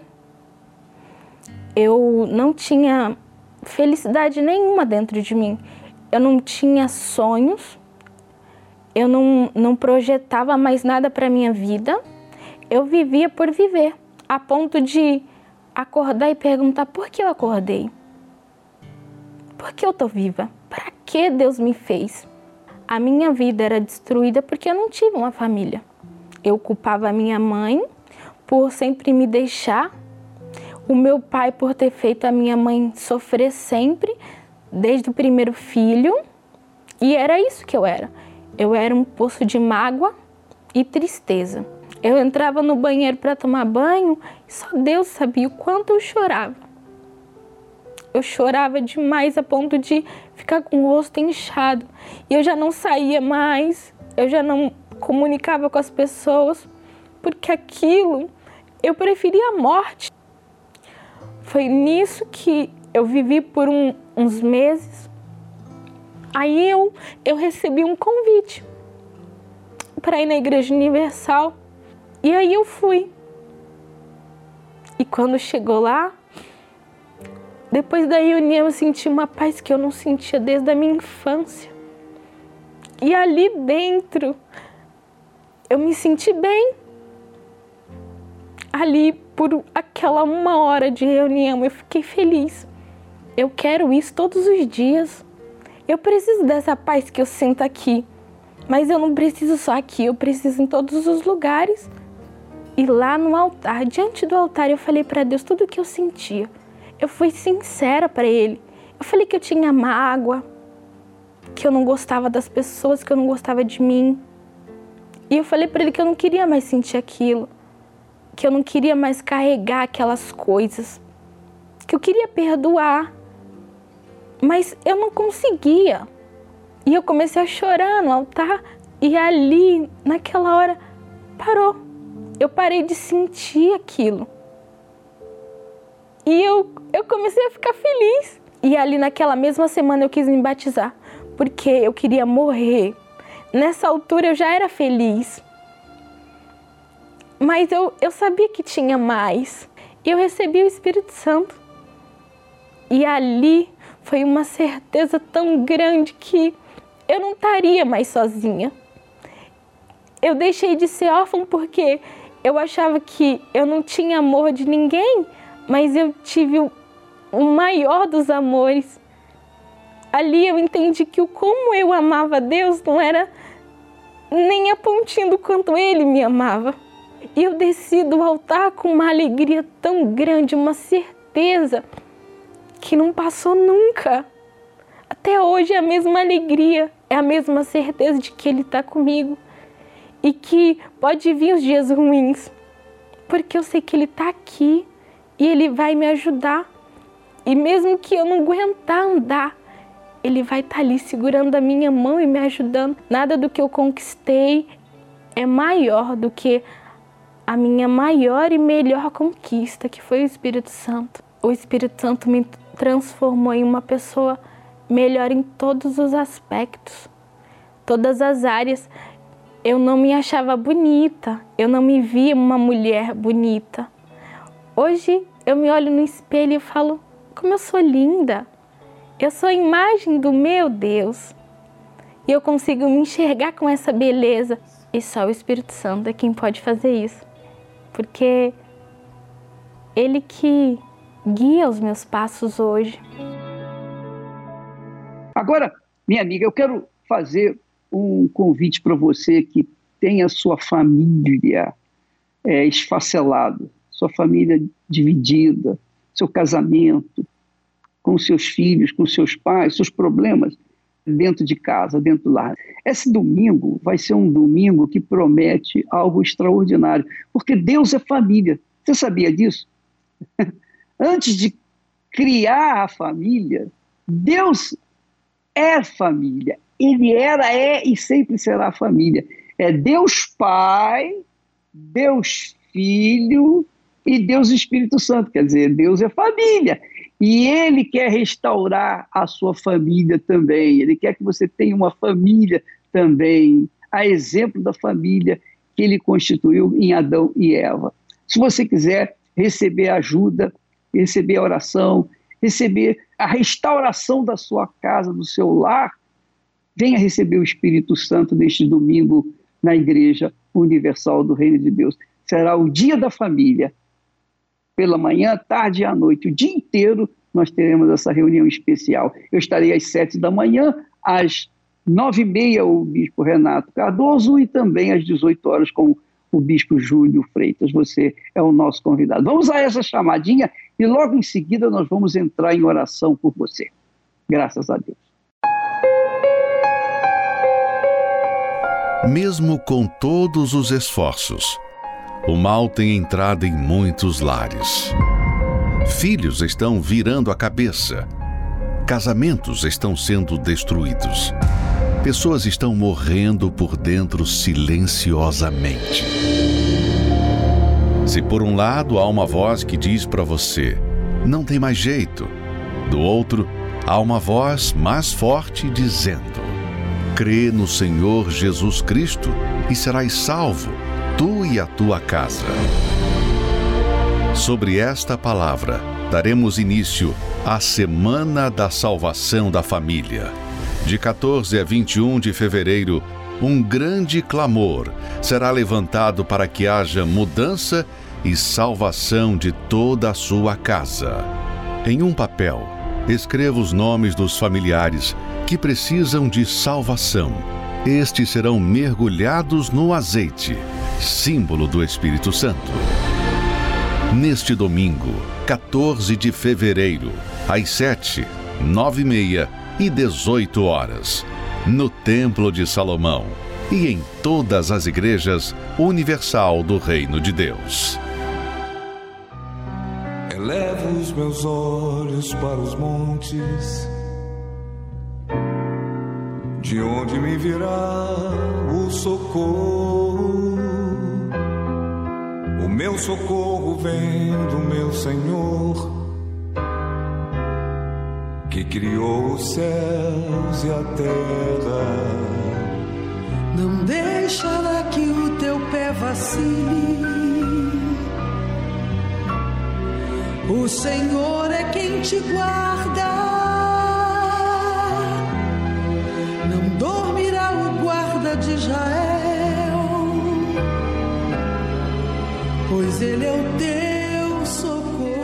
Eu não tinha felicidade nenhuma dentro de mim. Eu não tinha sonhos. Eu não projetava mais nada para minha vida. Eu vivia por viver, a ponto de acordar e perguntar por que eu acordei? Por que eu tô viva? Para que Deus me fez? A minha vida era destruída porque eu não tive uma família. Eu culpava a minha mãe por sempre me deixar, o meu pai por ter feito a minha mãe sofrer sempre, desde o primeiro filho, e era isso que eu era. Eu era um poço de mágoa e tristeza. Eu entrava no banheiro para tomar banho e só Deus sabia o quanto eu chorava. Eu chorava demais a ponto de ficar com o rosto inchado. E eu já não saía mais, eu já não comunicava com as pessoas, porque aquilo, eu preferia a morte. Foi nisso que eu vivi por uns meses. Aí eu recebi um convite para ir na Igreja Universal. E aí eu fui. E quando chegou lá, depois da reunião eu senti uma paz que eu não sentia desde a minha infância. E ali dentro eu me senti bem. Ali por aquela 1 hora de reunião eu fiquei feliz. Eu quero isso todos os dias. Eu preciso dessa paz que eu sinto aqui. Mas eu não preciso só aqui, eu preciso em todos os lugares. E lá no altar, diante do altar, eu falei para Deus tudo o que eu sentia. Eu fui sincera para Ele. Eu falei que eu tinha mágoa, que eu não gostava das pessoas, que eu não gostava de mim. E eu falei para Ele que eu não queria mais sentir aquilo, que eu não queria mais carregar aquelas coisas, que eu queria perdoar, mas eu não conseguia. E eu comecei a chorar no altar e ali, naquela hora, parou. Eu parei de sentir aquilo. E eu comecei a ficar feliz. E ali naquela mesma semana eu quis me batizar, porque eu queria morrer. Nessa altura eu já era feliz. Mas eu sabia que tinha mais. E eu recebi o Espírito Santo. E ali foi uma certeza tão grande que eu não estaria mais sozinha. Eu deixei de ser órfã porque eu achava que eu não tinha amor de ninguém, mas eu tive o maior dos amores. Ali eu entendi que o como eu amava Deus não era nem a pontinha do quanto Ele me amava. E eu desci do altar com uma alegria tão grande, uma certeza que não passou nunca. Até hoje é a mesma alegria, é a mesma certeza de que Ele está comigo. E que pode vir os dias ruins, porque eu sei que Ele está aqui e Ele vai me ajudar. E mesmo que eu não aguentar andar, Ele vai estar ali segurando a minha mão e me ajudando. Nada do que eu conquistei é maior do que a minha maior e melhor conquista, que foi o Espírito Santo. O Espírito Santo me transformou em uma pessoa melhor em todos os aspectos, todas as áreas. Eu não me achava bonita, eu não me via uma mulher bonita. Hoje eu me olho no espelho e falo, como eu sou linda. Eu sou a imagem do meu Deus. E eu consigo me enxergar com essa beleza. E só o Espírito Santo é quem pode fazer isso. Porque Ele que guia os meus passos hoje. Agora, minha amiga, eu quero fazer um convite para você que tem a sua família esfacelada, sua família dividida, seu casamento, com seus filhos, com seus pais, seus problemas dentro de casa, dentro do lar. Esse domingo vai ser um domingo que promete algo extraordinário, porque Deus é família. Você sabia disso? Antes de criar a família, Deus é família. Ele era, é e sempre será família. É Deus Pai, Deus Filho e Deus Espírito Santo. Quer dizer, Deus é família. E Ele quer restaurar a sua família também. Ele quer que você tenha uma família também, a exemplo da família que Ele constituiu em Adão e Eva. Se você quiser receber ajuda, receber oração, receber a restauração da sua casa, do seu lar, venha receber o Espírito Santo neste domingo na Igreja Universal do Reino de Deus. Será o dia da família. Pela manhã, tarde e à noite, o dia inteiro, nós teremos essa reunião especial. Eu estarei às 7 da manhã, às 9h30, o Bispo Renato Cardoso, e também às 18 horas com o Bispo Júlio Freitas. Você é o nosso convidado. Vamos a essa chamadinha e logo em seguida nós vamos entrar em oração por você. Graças a Deus. Mesmo com todos os esforços, o mal tem entrado em muitos lares. Filhos estão virando a cabeça. Casamentos estão sendo destruídos. Pessoas estão morrendo por dentro silenciosamente. Se por um lado há uma voz que diz para você, não tem mais jeito, do outro há uma voz mais forte dizendo, crê no Senhor Jesus Cristo e serás salvo, tu e a tua casa. Sobre esta palavra, daremos início à Semana da Salvação da Família. De 14 a 21 de fevereiro, um grande clamor será levantado para que haja mudança e salvação de toda a sua casa. Em um papel, escreva os nomes dos familiares que precisam de salvação. Estes serão mergulhados no azeite, símbolo do Espírito Santo. Neste domingo, 14 de fevereiro, às 7, 9h30 e 18 horas, no Templo de Salomão e em todas as igrejas universal do Reino de Deus. Elevo os meus olhos para os montes, de onde me virá o socorro? O meu socorro vem do meu Senhor, que criou os céus e a terra. Não deixará que o teu pé vacile. O Senhor é quem te guarda. Não dormirá o guarda de Israel, pois Ele é o teu socorro.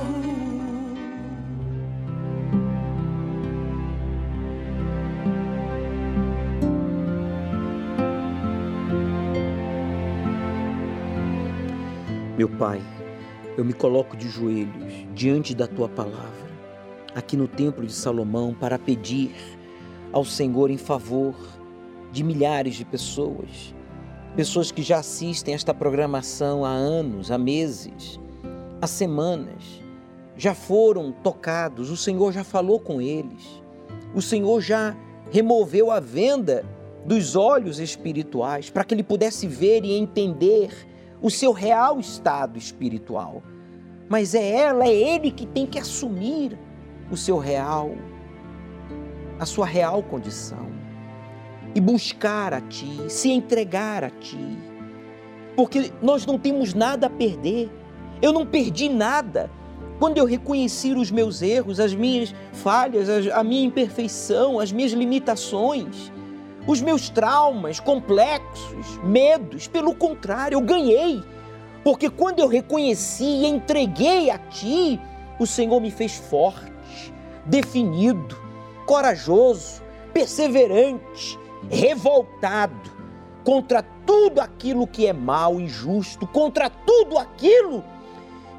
Meu Pai, eu me coloco de joelhos diante da Tua palavra, aqui no Templo de Salomão, para pedir ao Senhor em favor de milhares de pessoas, pessoas que já assistem esta programação há anos, há meses, há semanas, já foram tocados, o Senhor já falou com eles, o Senhor já removeu a venda dos olhos espirituais para que ele pudesse ver e entender o seu real estado espiritual. Mas é ele que tem que assumir o seu real, a sua real condição e buscar a Ti, se entregar a Ti, porque nós não temos nada a perder. Eu não perdi nada quando eu reconheci os meus erros, as minhas falhas, a minha imperfeição, as minhas limitações, os meus traumas, complexos, medos. Pelo contrário, eu ganhei, porque quando eu reconheci e entreguei a Ti, o Senhor me fez forte, definido, corajoso, perseverante, revoltado contra tudo aquilo que é mal, injusto, contra tudo aquilo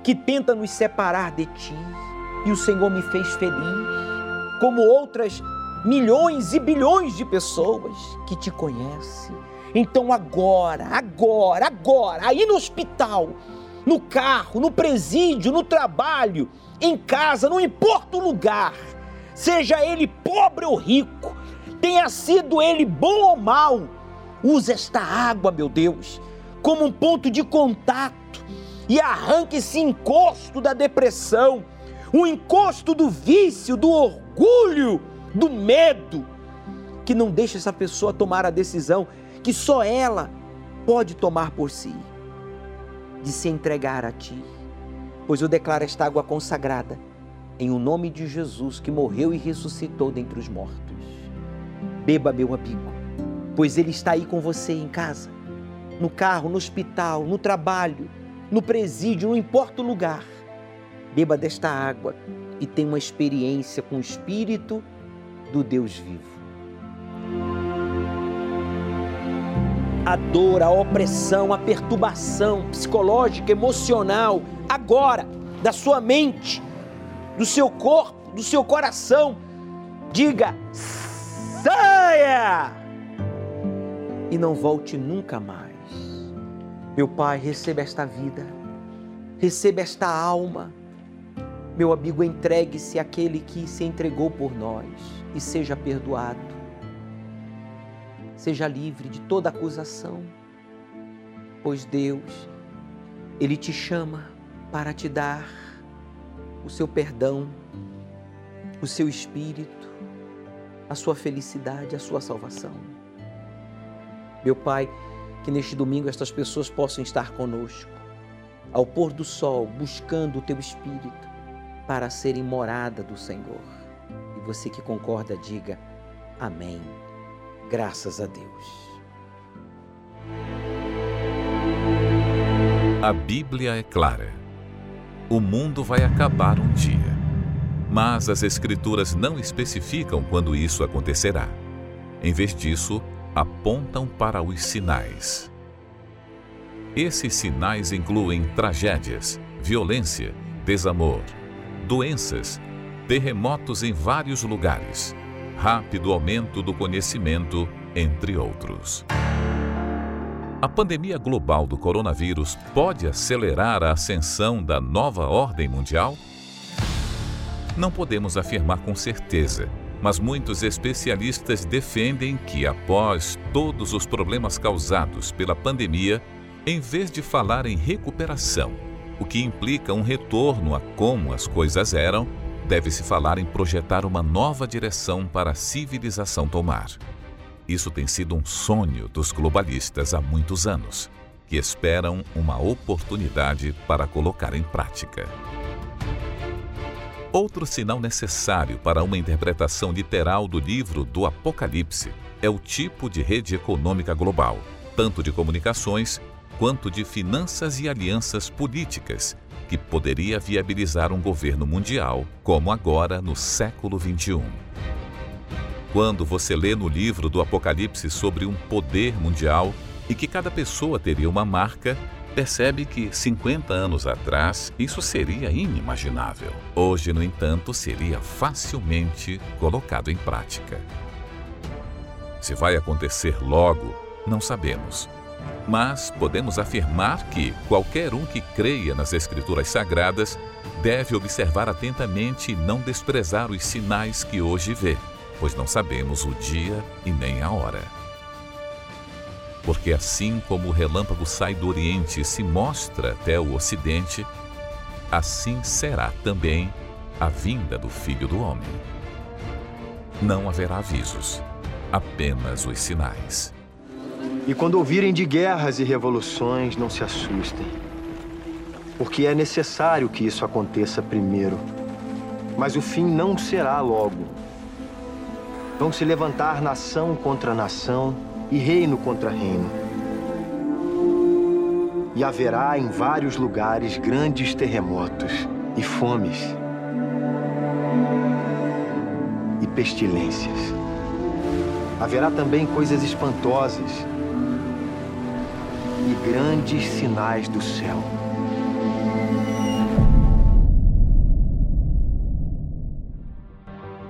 que tenta nos separar de Ti. E o Senhor me fez feliz, como outras milhões e bilhões de pessoas que Te conhecem. Então agora, aí no hospital, no carro, no presídio, no trabalho, em casa, não importa o lugar, seja ele pobre ou rico, tenha sido ele bom ou mal, use esta água, meu Deus, como um ponto de contato e arranque esse encosto da depressão, o encosto do vício, do orgulho, do medo, que não deixa essa pessoa tomar a decisão que só ela pode tomar por si, de se entregar a Ti. Pois eu declaro esta água consagrada em o nome de Jesus, que morreu e ressuscitou dentre os mortos. Beba, meu amigo, pois Ele está aí com você em casa, no carro, no hospital, no trabalho, no presídio, não importa o lugar. Beba desta água e tenha uma experiência com o Espírito do Deus vivo. A dor, a opressão, a perturbação psicológica, emocional, agora, da sua mente, do seu corpo, do seu coração, diga: saia! E não volte nunca mais. Meu Pai, receba esta vida, receba esta alma. Meu amigo, entregue-se àquele que se entregou por nós e seja perdoado. Seja livre de toda acusação, pois Deus, Ele te chama para te dar o seu perdão, o seu espírito, a sua felicidade, a sua salvação. Meu Pai, que neste domingo estas pessoas possam estar conosco, ao pôr do sol, buscando o Teu Espírito, para serem morada do Senhor. E você que concorda, diga amém. Graças a Deus. A Bíblia é clara. O mundo vai acabar um dia. Mas as Escrituras não especificam quando isso acontecerá. Em vez disso, apontam para os sinais. Esses sinais incluem tragédias, violência, desamor, doenças, terremotos em vários lugares, rápido aumento do conhecimento, entre outros. A pandemia global do coronavírus pode acelerar a ascensão da nova ordem mundial? Não podemos afirmar com certeza, mas muitos especialistas defendem que, após todos os problemas causados pela pandemia, em vez de falar em recuperação, o que implica um retorno a como as coisas eram, deve-se falar em projetar uma nova direção para a civilização tomar. Isso tem sido um sonho dos globalistas há muitos anos, que esperam uma oportunidade para colocar em prática. Outro sinal necessário para uma interpretação literal do livro do Apocalipse é o tipo de rede econômica global, tanto de comunicações quanto de finanças e alianças políticas, que poderia viabilizar um governo mundial, como agora no século XXI. Quando você lê no livro do Apocalipse sobre um poder mundial e que cada pessoa teria uma marca, percebe que 50 anos atrás isso seria inimaginável. Hoje, no entanto, seria facilmente colocado em prática. Se vai acontecer logo, não sabemos. Mas podemos afirmar que qualquer um que creia nas Escrituras Sagradas deve observar atentamente e não desprezar os sinais que hoje vê, pois não sabemos o dia e nem a hora. Porque assim como o relâmpago sai do Oriente e se mostra até o Ocidente, assim será também a vinda do Filho do Homem. Não haverá avisos, apenas os sinais. E quando ouvirem de guerras e revoluções, não se assustem, porque é necessário que isso aconteça primeiro. Mas o fim não será logo. Vão se levantar nação contra nação e reino contra reino. E haverá em vários lugares grandes terremotos e fomes e pestilências. Haverá também coisas espantosas e grandes sinais do céu.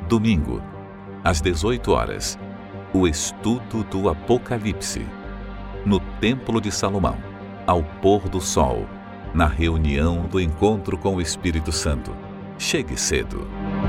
Domingo, às 18 horas, o estudo do Apocalipse, no Templo de Salomão, ao pôr do sol, na reunião do encontro com o Espírito Santo. Chegue cedo.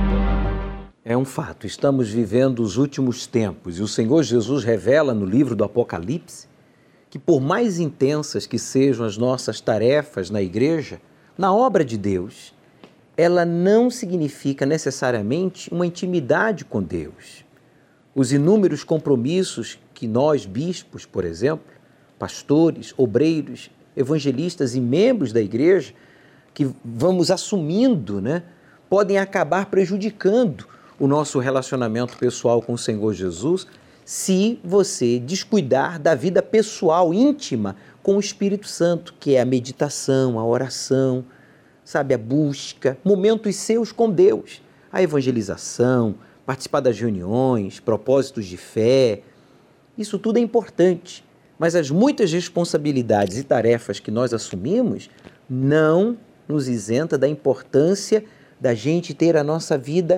É um fato, estamos vivendo os últimos tempos e o Senhor Jesus revela no livro do Apocalipse que por mais intensas que sejam as nossas tarefas na igreja, na obra de Deus, ela não significa necessariamente uma intimidade com Deus. Os inúmeros compromissos que nós, bispos, por exemplo, pastores, obreiros, evangelistas e membros da igreja, que vamos assumindo, podem acabar prejudicando o nosso relacionamento pessoal com o Senhor Jesus se você descuidar da vida pessoal, íntima, com o Espírito Santo, que é a meditação, a oração, a busca, momentos seus com Deus, a evangelização, participar das reuniões, propósitos de fé. Isso tudo é importante, mas as muitas responsabilidades e tarefas que nós assumimos não nos isenta da importância da gente ter a nossa vida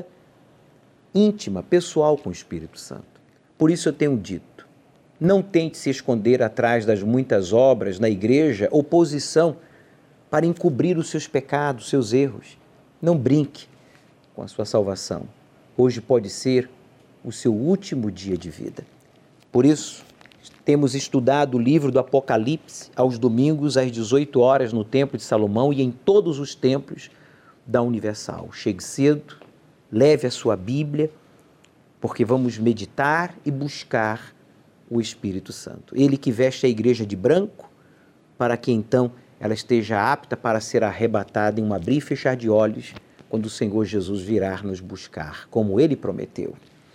íntima, pessoal com o Espírito Santo. Por isso eu tenho dito, não tente se esconder atrás das muitas obras na igreja ou posição para encobrir os seus pecados, seus erros. Não brinque com a sua salvação. Hoje pode ser o seu último dia de vida. Por isso, temos estudado o livro do Apocalipse aos domingos às 18 horas no Templo de Salomão e em todos os templos da Universal. Chegue cedo, leve a sua Bíblia, porque vamos meditar e buscar o Espírito Santo. Ele que veste a igreja de branco, para que então ela esteja apta para ser arrebatada em um abrir e fechar de olhos, quando o Senhor Jesus virá nos buscar, como Ele prometeu.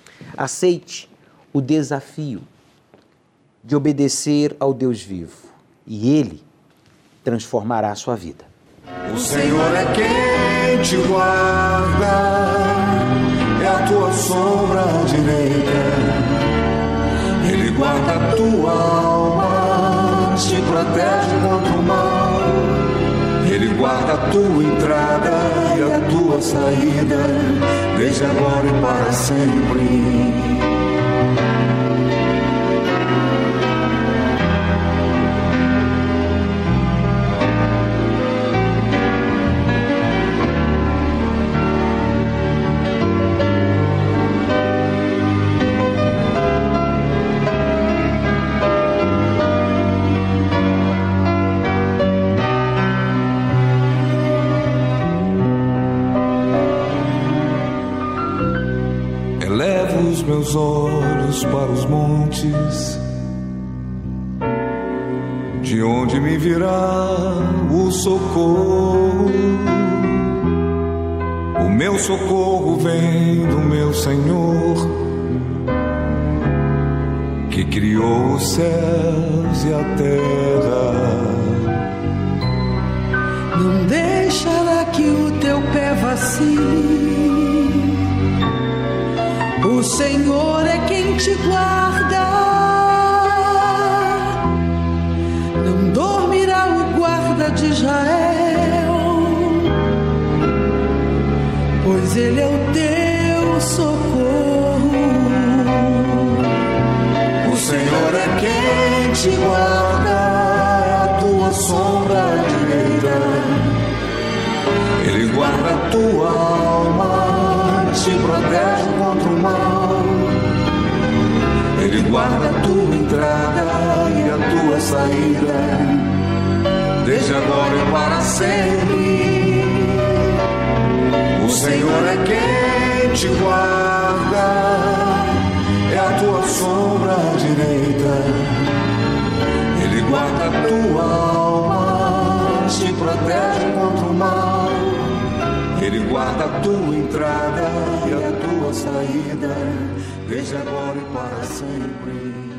Aceite o desafio de obedecer ao Deus vivo, e Ele transformará a sua vida. O Senhor é quem te guarda, é a tua sombra direita. Ele guarda a tua alma, te protege contra o mal. Ele guarda a tua entrada e a tua saída, desde agora e para sempre. Meus olhos para os montes, de onde me virá o socorro. O meu socorro vem do meu Senhor, que criou os céus e a terra. Não deixará que o teu pé vacile. O Senhor é quem te guarda, não dormirá o guarda de Israel, pois Ele é o teu socorro. O Senhor é quem te guarda, é a tua sombra direita. Ele guarda a tua alma, te protege contra o mal. Ele guarda a tua entrada e a tua saída, desde agora e para sempre. O Senhor é quem te guarda, é a tua sombra direita. Ele guarda a tua alma, te protege contra o mal. Ele guarda a tua entrada e a tua saída, desde agora e para sempre.